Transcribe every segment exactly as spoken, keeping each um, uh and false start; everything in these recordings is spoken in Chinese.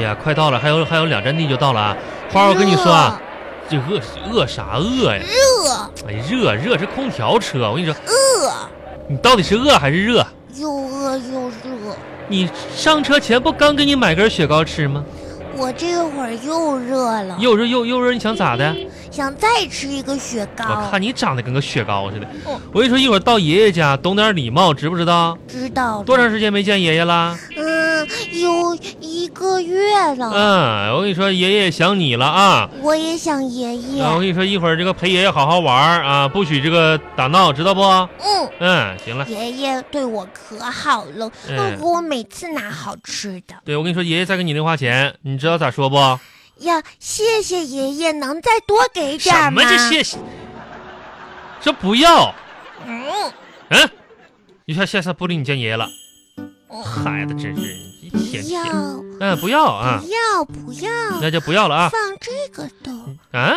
呀，快到了，还有还有两站地就到了啊！花儿，我跟你说啊，这饿饿啥饿呀？ 热。 哎，热热是空调车，我跟你说， 饿。 你到底是饿还是热？ 又饿又热。 你上车前不刚给你买根雪糕吃吗？ 我这会儿又热了。 又热又又热，你想咋的？ 想再吃一个雪糕。 我看你长得跟个雪糕似的。 嗯、 我跟你说，一会儿到爷爷家懂点礼貌，知不知道？ 知道了。 多长时间没见爷爷啦？ 嗯，有一个月了。 嗯，我跟你说，爷爷想你了啊！ 我也想爷爷。 啊，我跟你说，一会儿这个陪爷爷好好玩啊，不许这个打闹，知道不？ 嗯嗯，行了。 爷爷对我可好了，嗯，给我每次拿好吃的。 对，我跟你说，爷爷再给你零花钱，你知道咋说不？ 呀，谢谢爷爷，能再多给点吗？ 什么这谢谢？说不要。 嗯嗯，你说下次不领你见爷爷了。 嗯、 孩子真是一天天。嗯，不要啊！ 不要不要， 那就不要了啊！ 放这个的。 啊？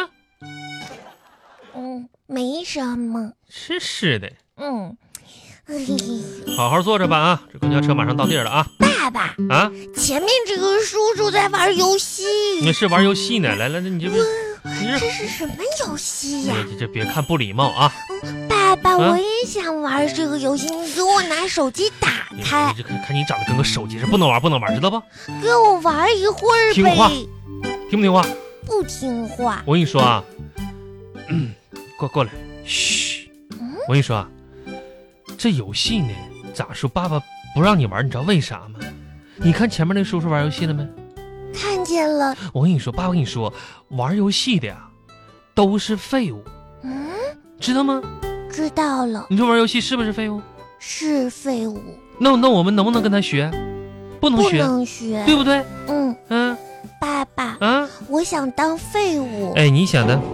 嗯，没什么。 是是的。 嗯。 好好坐着吧啊！这公交车马上到地儿了啊！ 爸爸啊， 前面这个叔叔在玩游戏。 你是玩游戏呢？来来，那你这不， 你这这是什么游戏呀？ 这这别看不礼貌啊！ 嗯、爸爸、啊，我也想玩这个游戏，你给我拿手机打开。 你看你长得跟个手机似的，不能玩，不能玩，知道吧？ 给我玩一会儿呗。 听话，听不听话？ 不听话。 我跟你说啊，嗯，过过来，嘘。 嗯、 我跟你说啊。这游戏呢，咋说？爸爸不让你玩，你知道为啥吗？你看前面那叔叔玩游戏了没？ 看见了。 我跟你说，爸爸跟你说，玩游戏的呀，都是废物。 嗯， 知道吗？ 知道了。 你说玩游戏是不是废物？ 是废物。 那那我们能不能跟他学？不能学， 不能学， 对不对？ 嗯嗯。 爸爸， 啊， 我想当废物。 哎，你想的，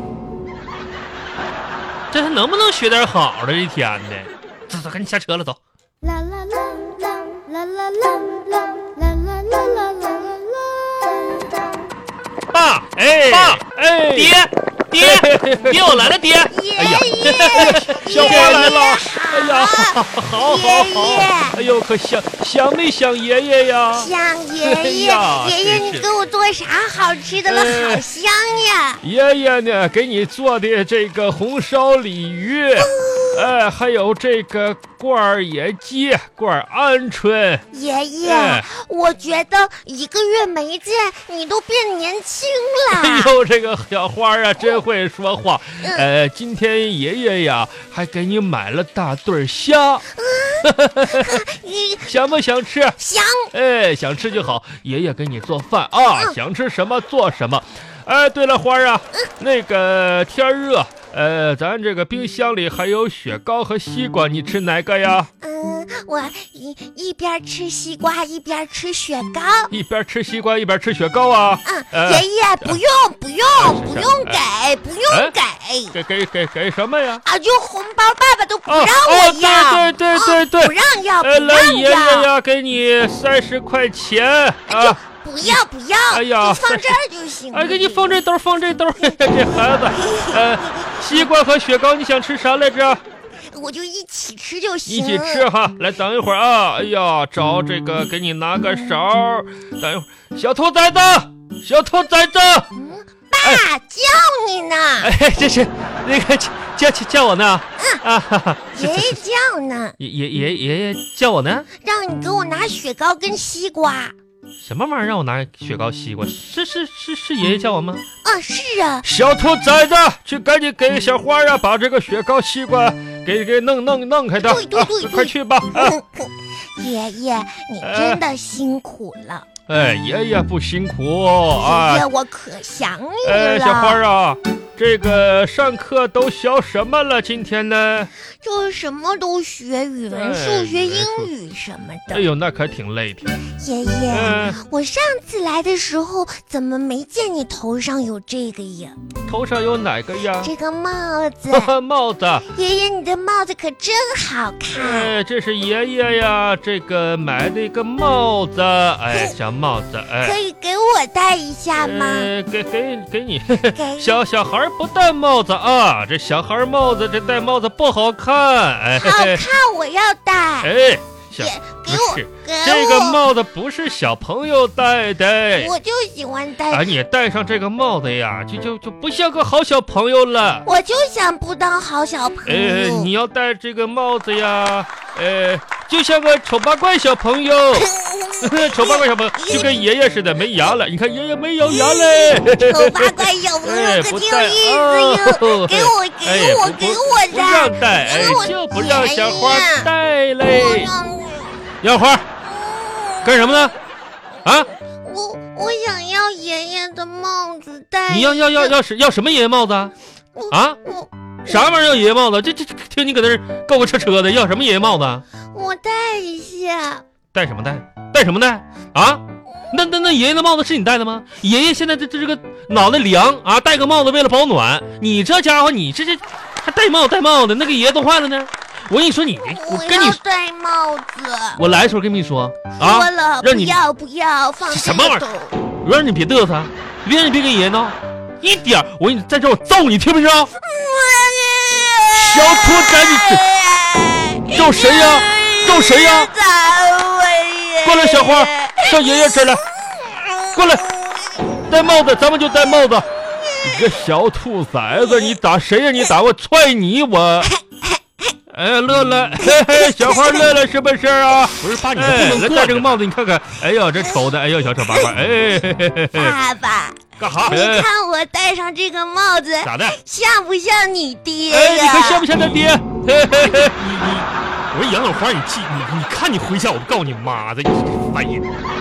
这还能不能学点好的？这一天的。走走，赶紧下车了，走。啦啦啦啦啦啦啦啦啦啦啦啦啦！爸，哎，爸，哎，爹，爹，爹，我来了，爹。 爷爷， 小花来了。哎呀，好，好，好。哎呦，可想想没想爷爷呀？ 想爷爷，爷爷，你给我做啥好吃的了？好香呀！ 爷爷呢，给你做的这个红烧鲤鱼。哎，还有这个罐野鸡、罐鹌鹑。 爷爷、哎，我觉得一个月没见，你都变年轻了。 哎呦，这个小花啊，真会说话。嗯、呃，今天爷爷呀，还给你买了大对虾。想不想吃？ 想。 哎，想吃就好，爷爷给你做饭啊，嗯、想吃什么做什么。哎，对了，花啊，嗯、那个天热。呃，咱这个冰箱里还有雪糕和西瓜，你吃哪个呀？ 嗯，我一一边吃西瓜一边吃雪糕。 一边吃西瓜一边吃雪糕啊？ 嗯，呃、爷爷不用、呃、不用、呃、不用给、呃、不用给、 呃、给给给给什么呀？ 啊，就红包爸爸都不让我要。 哦哦、对对对对对、 哦，不让要，不让要。 来，爷爷呀，给你三十块钱啊。 不要不要， 哎呀， 就放这儿就行了。 哎，给你放这兜，放这兜。这孩子，呃，西瓜和雪糕，你想吃啥来着？ 我就一起吃就行。 一起吃哈，来等一会儿啊！哎呀，找这个，给你拿个勺。等一会儿，小兔崽子，小兔崽子。 嗯，爸、哎、叫你呢。 哎，这是那个叫叫叫我呢。 嗯啊，哈哈，爷爷叫呢。 爷爷爷爷爷叫我呢， 让你给我拿雪糕跟西瓜。 什么玩意儿让我拿雪糕西瓜？是是是是爷爷叫我吗？ 啊，是啊。 小兔崽子，去赶紧给小花啊，把这个雪糕西瓜给给弄弄弄开的。 对对对， 啊、快去吧。啊、 爷爷，你真的辛苦了。 哎，爷爷不辛苦啊。爷爷，我可想你了。 哎，小花啊，这个上课都学什么了？今天呢？ 就什么都学，语文、数学、英语什么的。 哎呦，那可挺累的。 爷爷、嗯，我上次来的时候怎么没见你头上有这个呀？ 头上有哪个呀？ 这个帽子。 帽子。 爷爷，你的帽子可真好看。 哎，这是爷爷呀，这个买的一个帽子，哎，小帽子，哎， 可以给我戴一下吗？ 呃、给给给你。给小小孩不戴帽子啊，这小孩帽子这戴帽子不好看。哎， 好看，我要戴。 哎。 给给我，给我这个帽子不是小朋友戴的， 我就喜欢戴。 啊，你戴上这个帽子呀，就就就不像个好小朋友了。 我就想不当好小朋友。 呃，你要戴这个帽子呀，呃，就像个丑八怪小朋友。丑八怪小朋友就跟爷爷似的，没牙了。你看爷爷没有牙嘞。 丑八怪小朋友可挺有意思哟！给我，给我，给我不让戴，哎，就不让小花戴嘞。小花，干什么呢？啊？ 我我想要爷爷的帽子戴。 你要要要要什要什么爷爷帽子啊？啊？啥玩意儿要爷爷帽子？这这听你搁那儿够个车车的，要什么爷爷帽子？ 我戴一下。 戴什么戴？戴什么戴？啊？那那那爷爷的帽子是你戴的吗？爷爷现在这这个脑袋凉啊，戴个帽子为了保暖。你这家伙，你这这还戴帽戴帽的，那个爷爷冻坏了呢。我跟你说，你我跟你戴帽子。 我来的时候跟你说啊， 说了让你不要不要放什么玩意儿？我让你别嘚瑟，别让你别跟爷爷闹，一点儿我跟你在这我揍你，听没听？小兔崽，你揍谁呀？揍谁呀？过来，小花，上爷爷这儿来。过来，戴帽子，咱们就戴帽子。你个小兔崽子，你打谁呀？你打我，踹你我。哎，乐乐，嘿嘿，小花乐了是不是啊？ 不是爸，你还不能戴这个帽子，你看看，哎呦，这丑的，哎呦，小丑八怪，哎嘿嘿嘿， 爸爸， 干哈？ 你看我戴上这个帽子， 咋的？ 像不像你爹呀？ 哎，你看像不像他爹？嘿嘿嘿， 我说杨小花，你记你你看你回家，我告诉你妈的，你这烦人。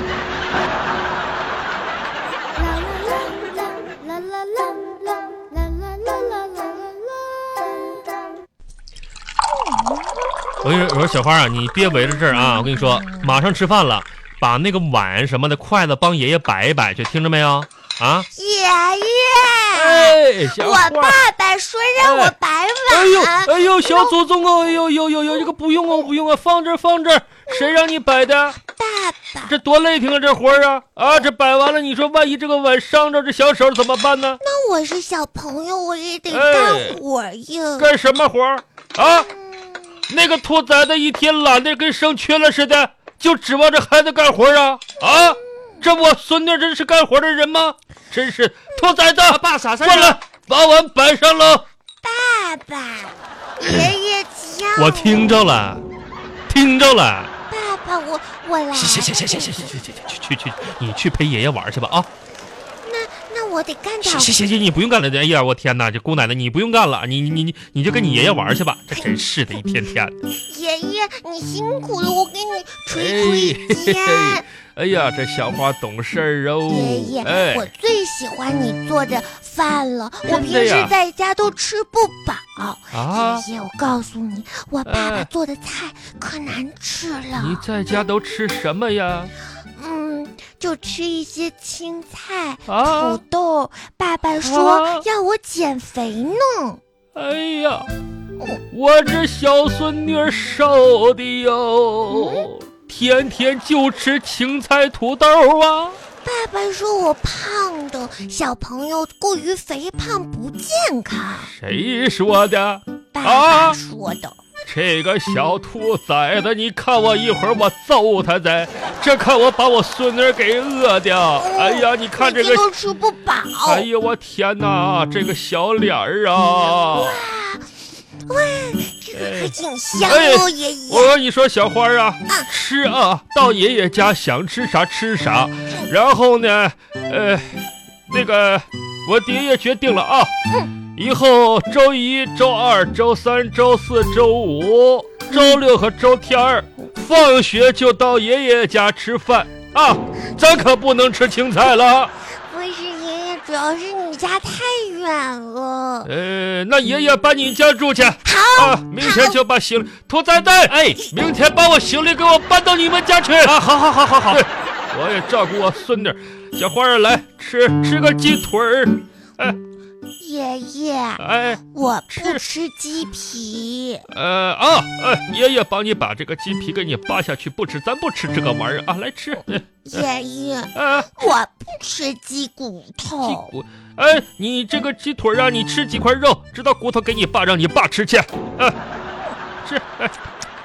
我跟你说，我说小花啊，你别围着这儿啊！我跟你说，马上吃饭了，把那个碗什么的筷子帮爷爷摆一摆去，听着没有？啊， 爷爷， 哎，小花， 我爸爸说让我摆碗。 哎呦，哎呦，小祖宗哦，哎呦呦呦呦，这个不用哦，不用啊，放这儿放这儿，谁让你摆的？ 爸爸， 这多累挺啊，这活儿啊！啊，这摆完了，你说万一这个碗伤着这小手怎么办呢？ 那我是小朋友，我也得干活呀。 干什么活儿啊？那个兔崽子一天懒得跟生缺了似的，就指望着孩子干活啊啊！这我孙女真是干活的人吗？真是兔崽子！ 爸啥事儿？ 过来，把碗摆上喽！ 爸爸，爷爷叫我听着了，听着了。 爸爸，我我来。 行行行行行行行行，去去去，你去陪爷爷玩去吧啊！ 那那我得干点。 行行行，你不用干了。哎呀，我天哪，这姑奶奶你不用干了，你你你你就跟你爷爷玩去吧。这真是的，一天天的。 爷爷，你辛苦了，我给你捶捶肩。 哎呀，这小花懂事儿哦。 爷爷， 哎， 我最喜欢你做的饭了。我平时在家都吃不饱。 啊， 爷爷，我告诉你，我爸爸做的菜可难吃了。 你在家都吃什么呀？ 嗯，就吃一些青菜、 啊、 土豆。爸爸说要我减肥呢。 哎呀，我这小孙女瘦的哟。嗯，天天就吃青菜土豆啊！ 爸爸说我胖的，小朋友过于肥胖不健康。 谁说的？ 爸爸说的。 啊，这个小兔崽子，你看我一会儿我揍他在，这看我把我孙女给饿掉。嗯，哎呀，你看这个都吃不饱。 哎呀，我天哪，这个小脸儿啊！ 哇哇，这个可挺香哦，爷爷。 我跟你说，小花啊，嗯，吃啊，到爷爷家想吃啥吃啥。然后呢，呃，那个我爷爷决定了啊，嗯，以后周一、周二、周三、周四、周五、周六和周天儿，放学就到爷爷家吃饭啊，咱可不能吃青菜了。 不是爷爷，主要是你家太远了。 呃，那爷爷把你家住去。 好啊，明天就把行李，兔崽子，哎，明天把我行李给我搬到你们家去啊！好好好好好，我也照顾我孙女。小花儿来吃吃个鸡腿儿，哎， 爷爷， 哎， 我不吃鸡皮。 呃啊，呃，爷爷帮你把这个鸡皮给你扒下去，不吃，咱不吃这个玩意儿啊，来吃。 爷爷， 啊， 我不吃鸡骨头。 鸡骨，哎，你这个鸡腿啊，你吃几块肉，知道骨头给你爸，让你爸吃去，啊，吃。哎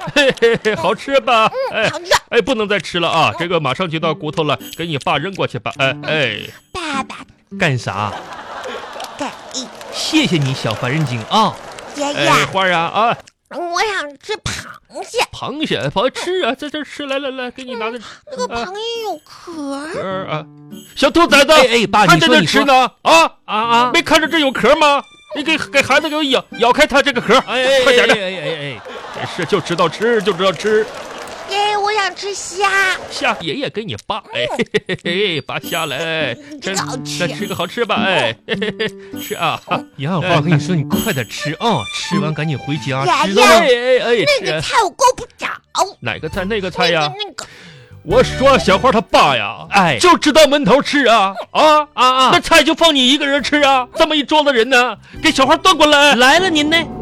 嘿嘿嘿，好吃吧？ 嗯，好吃。 哎，不能再吃了啊！这个马上就到骨头了，给你爸扔过去吧。哎哎， 爸爸干啥？ 给谢谢你，小烦人精啊！ 爷爷， 哎，花儿啊啊！ 我想吃螃蟹。 螃蟹，螃蟹吃啊，在这吃，来来来，给你拿着。 那个螃蟹有壳。 壳啊，小兔崽子， 哎哎，爸， 还在这你说你说吃呢？啊啊啊！ 没看着这有壳吗？你给给孩子给我咬咬开它这个壳， 哎哎， 快点的！ 哎哎哎真是就知道吃，就知道吃。 爷爷，我想吃虾。 虾，爷爷给你扒，哎嘿嘿嘿嘿，扒虾来， 这个好吃来吃个好吃吧，哎嘿嘿嘿，吃啊！ 杨小花，我跟你说，你快点吃啊，吃完赶紧回家， 爷爷知道吗？ 哎哎哎， 那个吃菜我够不着。 哪个菜？那个菜呀？ 那个我说小花他爸呀， 哎就知道闷头吃啊啊啊啊那菜就放你一个人吃啊？这么一桌子人呢，给小花端过来。 来了您呢。